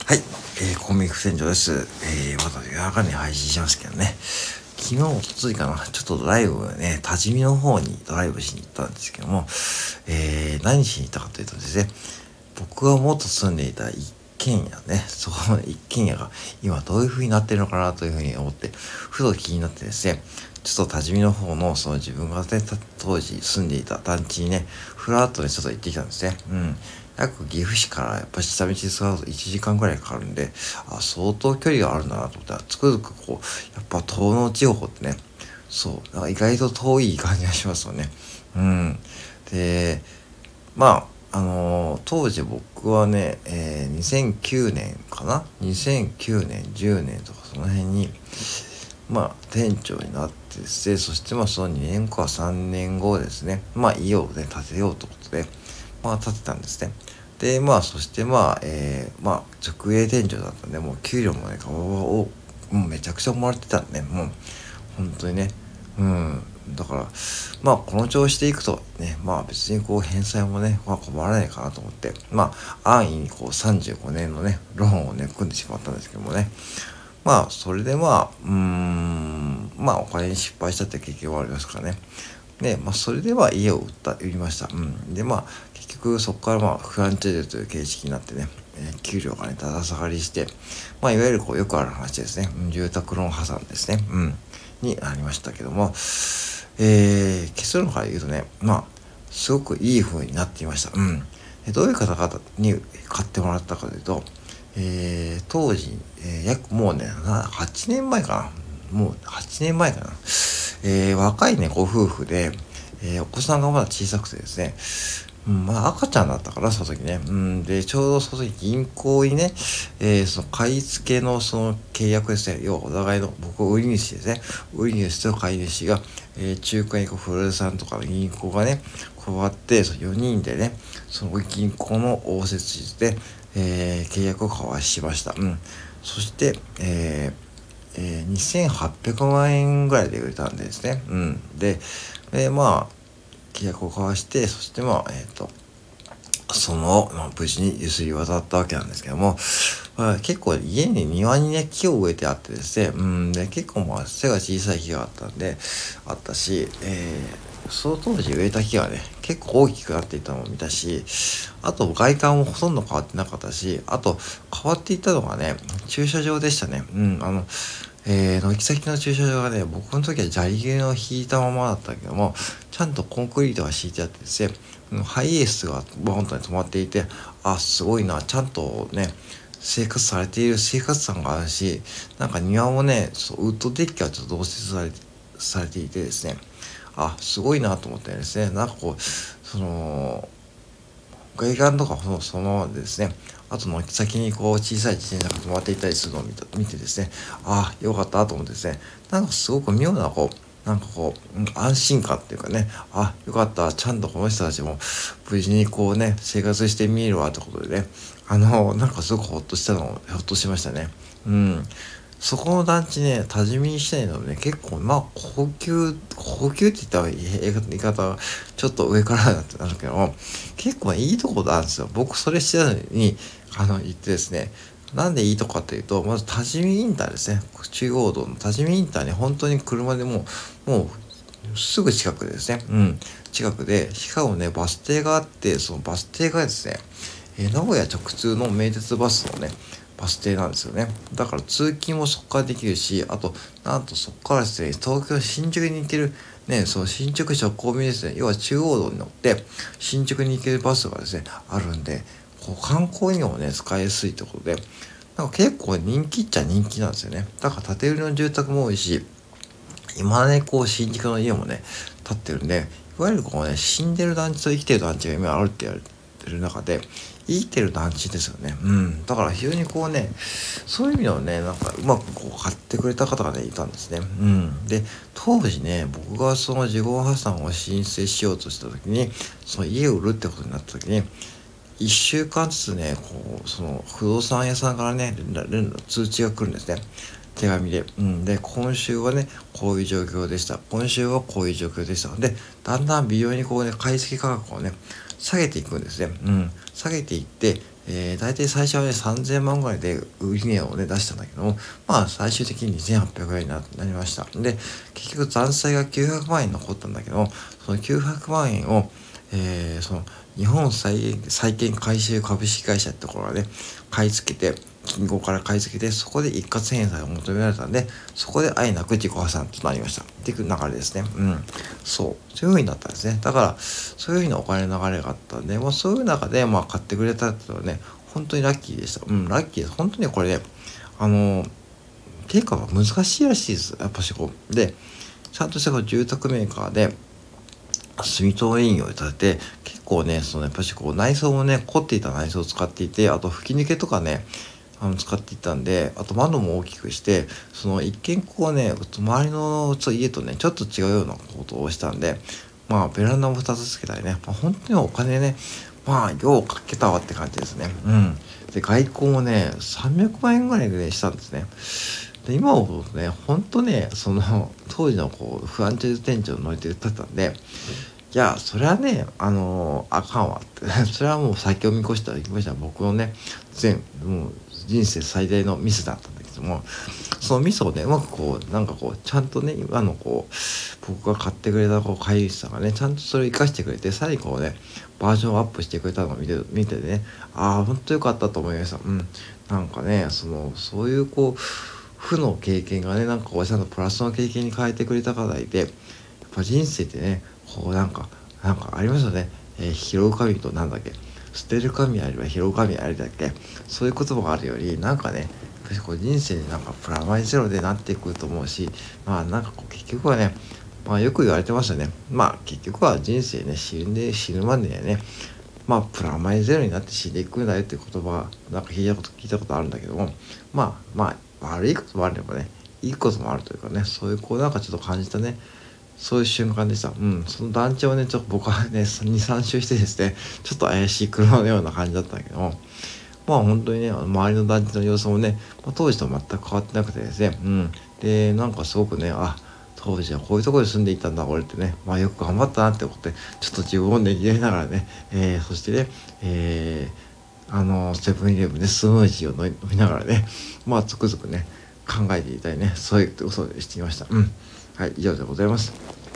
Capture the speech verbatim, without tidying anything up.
はい、えー、コンビニ船長です。えー、まだ夜中に配信しますけどね。昨日、おとついかな、ちょっとドライブね、多治見の方にドライブしに行ったんですけども、えー、何しに行ったかというとですね、僕が元住んでいた一軒家ね、そこの一軒家が今どういう風になってるのかなという風に思って、ふと気になってですね、ちょっと多治見の方の、その自分が、ね、当時住んでいた団地にね、ふらっとね、ちょっと行ってきたんですね。うん。約岐阜市からやっぱ下道使うといちじかんぐらいかかるんで、あ、相当距離があるんだなと思ったら、つくづくこう、やっぱ東農地方ってね、そう、なんか意外と遠い感じがしますよね。うん。で、まあ、あのー当時僕はね、えー、にせんきゅうねんかな ?にせんきゅうねん、じゅうねんとかその辺に、まあ、店長になってですね、そしてまあ、そのにねんかさんねんごですね、まあ、家をね、建てようということで、まあ、建てたんですね。で、まあ、そしてまあ、えー、まあ、直営店長だったんで、もう給料もね、顔を、もうめちゃくちゃもらってたんで、もう、本当にね、うん、だから、まあ、この調子でいくとね、まあ別にこう返済もね、まあ困らないかなと思って、まあ、安易にこうさんじゅうごねんのね、ローンをね、組んでしまったんですけどもね、まあ、それでまあ、うーん、まあ、お金に失敗したって経験はありますからね。で、まあ、それでは家を売った、売りました。うん。で、まあ、結局そこからまあ、フランチャイズという形式になってね、えー給料がね、だだ下がりして、まあ、いわゆるこう、よくある話ですね。うん住宅ローン破産ですね。うん。になりましたけども、えー、結論から言うとね、まあ、すごくいい風になっていました。うん。でどういう方々に買ってもらったかというと、えー、当時、えー、約もうね、なはちねんまえかな。もうはちねんまえかな。えー、若いね、ご夫婦で、えー、お子さんがまだ小さくてですね、うん、まあ赤ちゃんだったから、その時ね。うん、で、ちょうどその時銀行にね、えー、その買い付けのその契約ですね。要はお互いの、僕売り主ですね。売り主と買い主が、えー、仲介にこう、フルさんとかの銀行がね、加わって、そのよにんでね、その銀行の応接室で、えー、契約を交わしました。うん。そして、えーえー、にせんはっぴゃくまん円ぐらいで売れたんですね。うん。で、えー、まあ、契約を交わして、そしてまあ、えっ、と、その、まあ、無事にゆすり渡ったわけなんですけども、まあ、結構家に庭にね、木を植えてあってですね、うん、で、結構まあ背が小さい木があったんで、あったし、えー、その当時植えた木がね、結構大きくなっていたのを見たし、あと外観もほとんど変わってなかったし、あと変わっていったのがね、駐車場でしたね。うん、あの、えー、軒先の駐車場がね、僕の時は砂利毛を引いたままだったけども、ちゃんとコンクリートが敷いてあってですね、ハイエースがボーンとね止まっていて、あ、すごいな、ちゃんとね、生活されている生活感があるし、なんか庭もね、そうウッドデッキがちょっと同設されて、されていてですね、あ、すごいなと思ってですね、なんかこう、その、外観とかそそのままでですね、あとの先にこう小さい自転車が止まっていたりするのを見た見てですね、ああ、よかったと思ってですね、なんかすごく妙なこう、なんかこう、うん安心感っていうかね、あ、よかった、ちゃんとこの人たちも無事にこうね、生活してみるわってことでね、あの、なんかすごくほっとしたのを、ほっとしましたね。うん。そこの団地ね、多治見市内のね、結構、まあ、高級、高級って言ったら言い言い方がちょっと上からだってなるけども、結構いいとこなんですよ。僕、それしてたのに、あの、言ってですね、なんでいいとこかというと、まず多治見インターですね。中央道の多治見インターに本当に車でもう、もう、すぐ近くでですね。うん。近くで、しかもね、バス停があって、そのバス停がですね、えー名古屋直通の名鉄バスのね、バス停なんですよね。だから通勤もそこからできるし、あと、なんとそこからですね、東京新宿に行ける、ね、その新宿直行便ですね、要は中央道に乗って、新宿に行けるバスがですね、あるんで、こう観光にもね、使いやすいところで、なんか結構人気っちゃ人気なんですよね。だから建て売りの住宅も多いし、今ね、こう新宿の家もね、建ってるんで、いわゆるこうね、死んでる団地と生きてる団地が今あるって言われてる中で、生きてる団地ですよね。うん。だから非常にこうね、そういう意味ではね、なんかうまくこう買ってくれた方がね、いたんですね。うん。で、当時ね、僕がその自業破産を申請しようとした時に、その家を売るってことになった時に、いっしゅうかんずつね、こう、その不動産屋さんからね、連絡連絡通知が来るんですね。手紙で。うん。で、今週はね、こういう状況でした。今週はこういう状況でした。で、だんだん微妙にこうね、買い付け価格をね、下げていくんですね。うん。下げていって、 えー、大体最初はね、さんぜんまんぐらいで売り値をね、出したんだけども、まあ、最終的ににせんはっぴゃくえんにななりました。で、結局残債がきゅうひゃくまん円残ったんだけど、そのきゅうひゃくまん円を、えー、その、日本債債券回収株式会社ってところがね、買い付けて、銀行から買い付けて、そこで一括返済を求められたんで、そこであえなく自己破産となりました。っていう流れですね。うん。そう。そういう風になったんですね。だから、そういう風なお金の流れがあったんで、まあそういう中で、まあ買ってくれたっていうのはね、本当にラッキーでした。うん、ラッキーです。本当にこれね、あのー、定価が難しいらしいです。やっぱしこう。で、ちゃんとしたこう住宅メーカーで、住友林業を立てて、結構ね、そのやっぱしこう内装もね、凝っていた内装を使っていて、あと吹き抜けとかね、あの使っていったんで、あと窓も大きくして、その一見こうね、周りの家とね、ちょっと違うようなことをしたんで、まあベランダもふたつつけたりね、まあ、本当にお金ね、まあようかけたわって感じですね。うん。で、外交もね、さんびゃくまん円ぐらいで、ね、したんですね。で、今思うとね、ほんとね、その当時のこう不安定店長のノリで言ってたんで、いや、それはね、あのー、あかんわって。それはもう先を見越したら行きました僕のね、全、もう人生最大のミスだったんだけども、そのミスをね、うまくこう、なんかこう、ちゃんとね、今のこう、僕が買ってくれたこう、会議士さんがね、ちゃんとそれを活かしてくれて、さらにこうね、バージョンアップしてくれたのを見て、見てね、ああ、ほんとよかったと思いました。うん。なんかね、その、そういうこう、負の経験がね、なんかこう、ちゃんとプラスの経験に変えてくれた方がいて、やっぱ人生ってね、こうなんか、なんかありますよね。えー、拾う神となんだっけ。捨てる神ありは拾う神ありだっけ。そういう言葉があるより、なんかね、私こう人生になんかプラマイゼロでなっていくと思うし、まあなんかこう結局はね、まあよく言われてましたね。まあ結局は人生ね、死んで死ぬまでにはね、まあプラマイゼロになって死んでいくんだよっていう言葉、なんか聞いたこと、聞いたことあるんだけども、まあまあ悪いこともあればね、いいこともあるというかね、そういうこうなんかちょっと感じたね、そういう瞬間でした。うん。その団地をね、ちょっと僕はね、に、さん周してですね、ちょっと怪しい車のような感じだったんだけども、まあ本当にね、周りの団地の様子もね、まあ、当時と全く変わってなくてですね、うん。で、なんかすごくね、あ、当時はこういうところに住んでいたんだ、俺ってね、まあよく頑張ったなって思って、ちょっと自分をねぎらいながらね、えー、そしてね、えー、あの、セブンイレブンでスムージーを飲みながらね、まあつくづくね、考えていたいね、そういうことをしていました。うん。はい、以上でございます。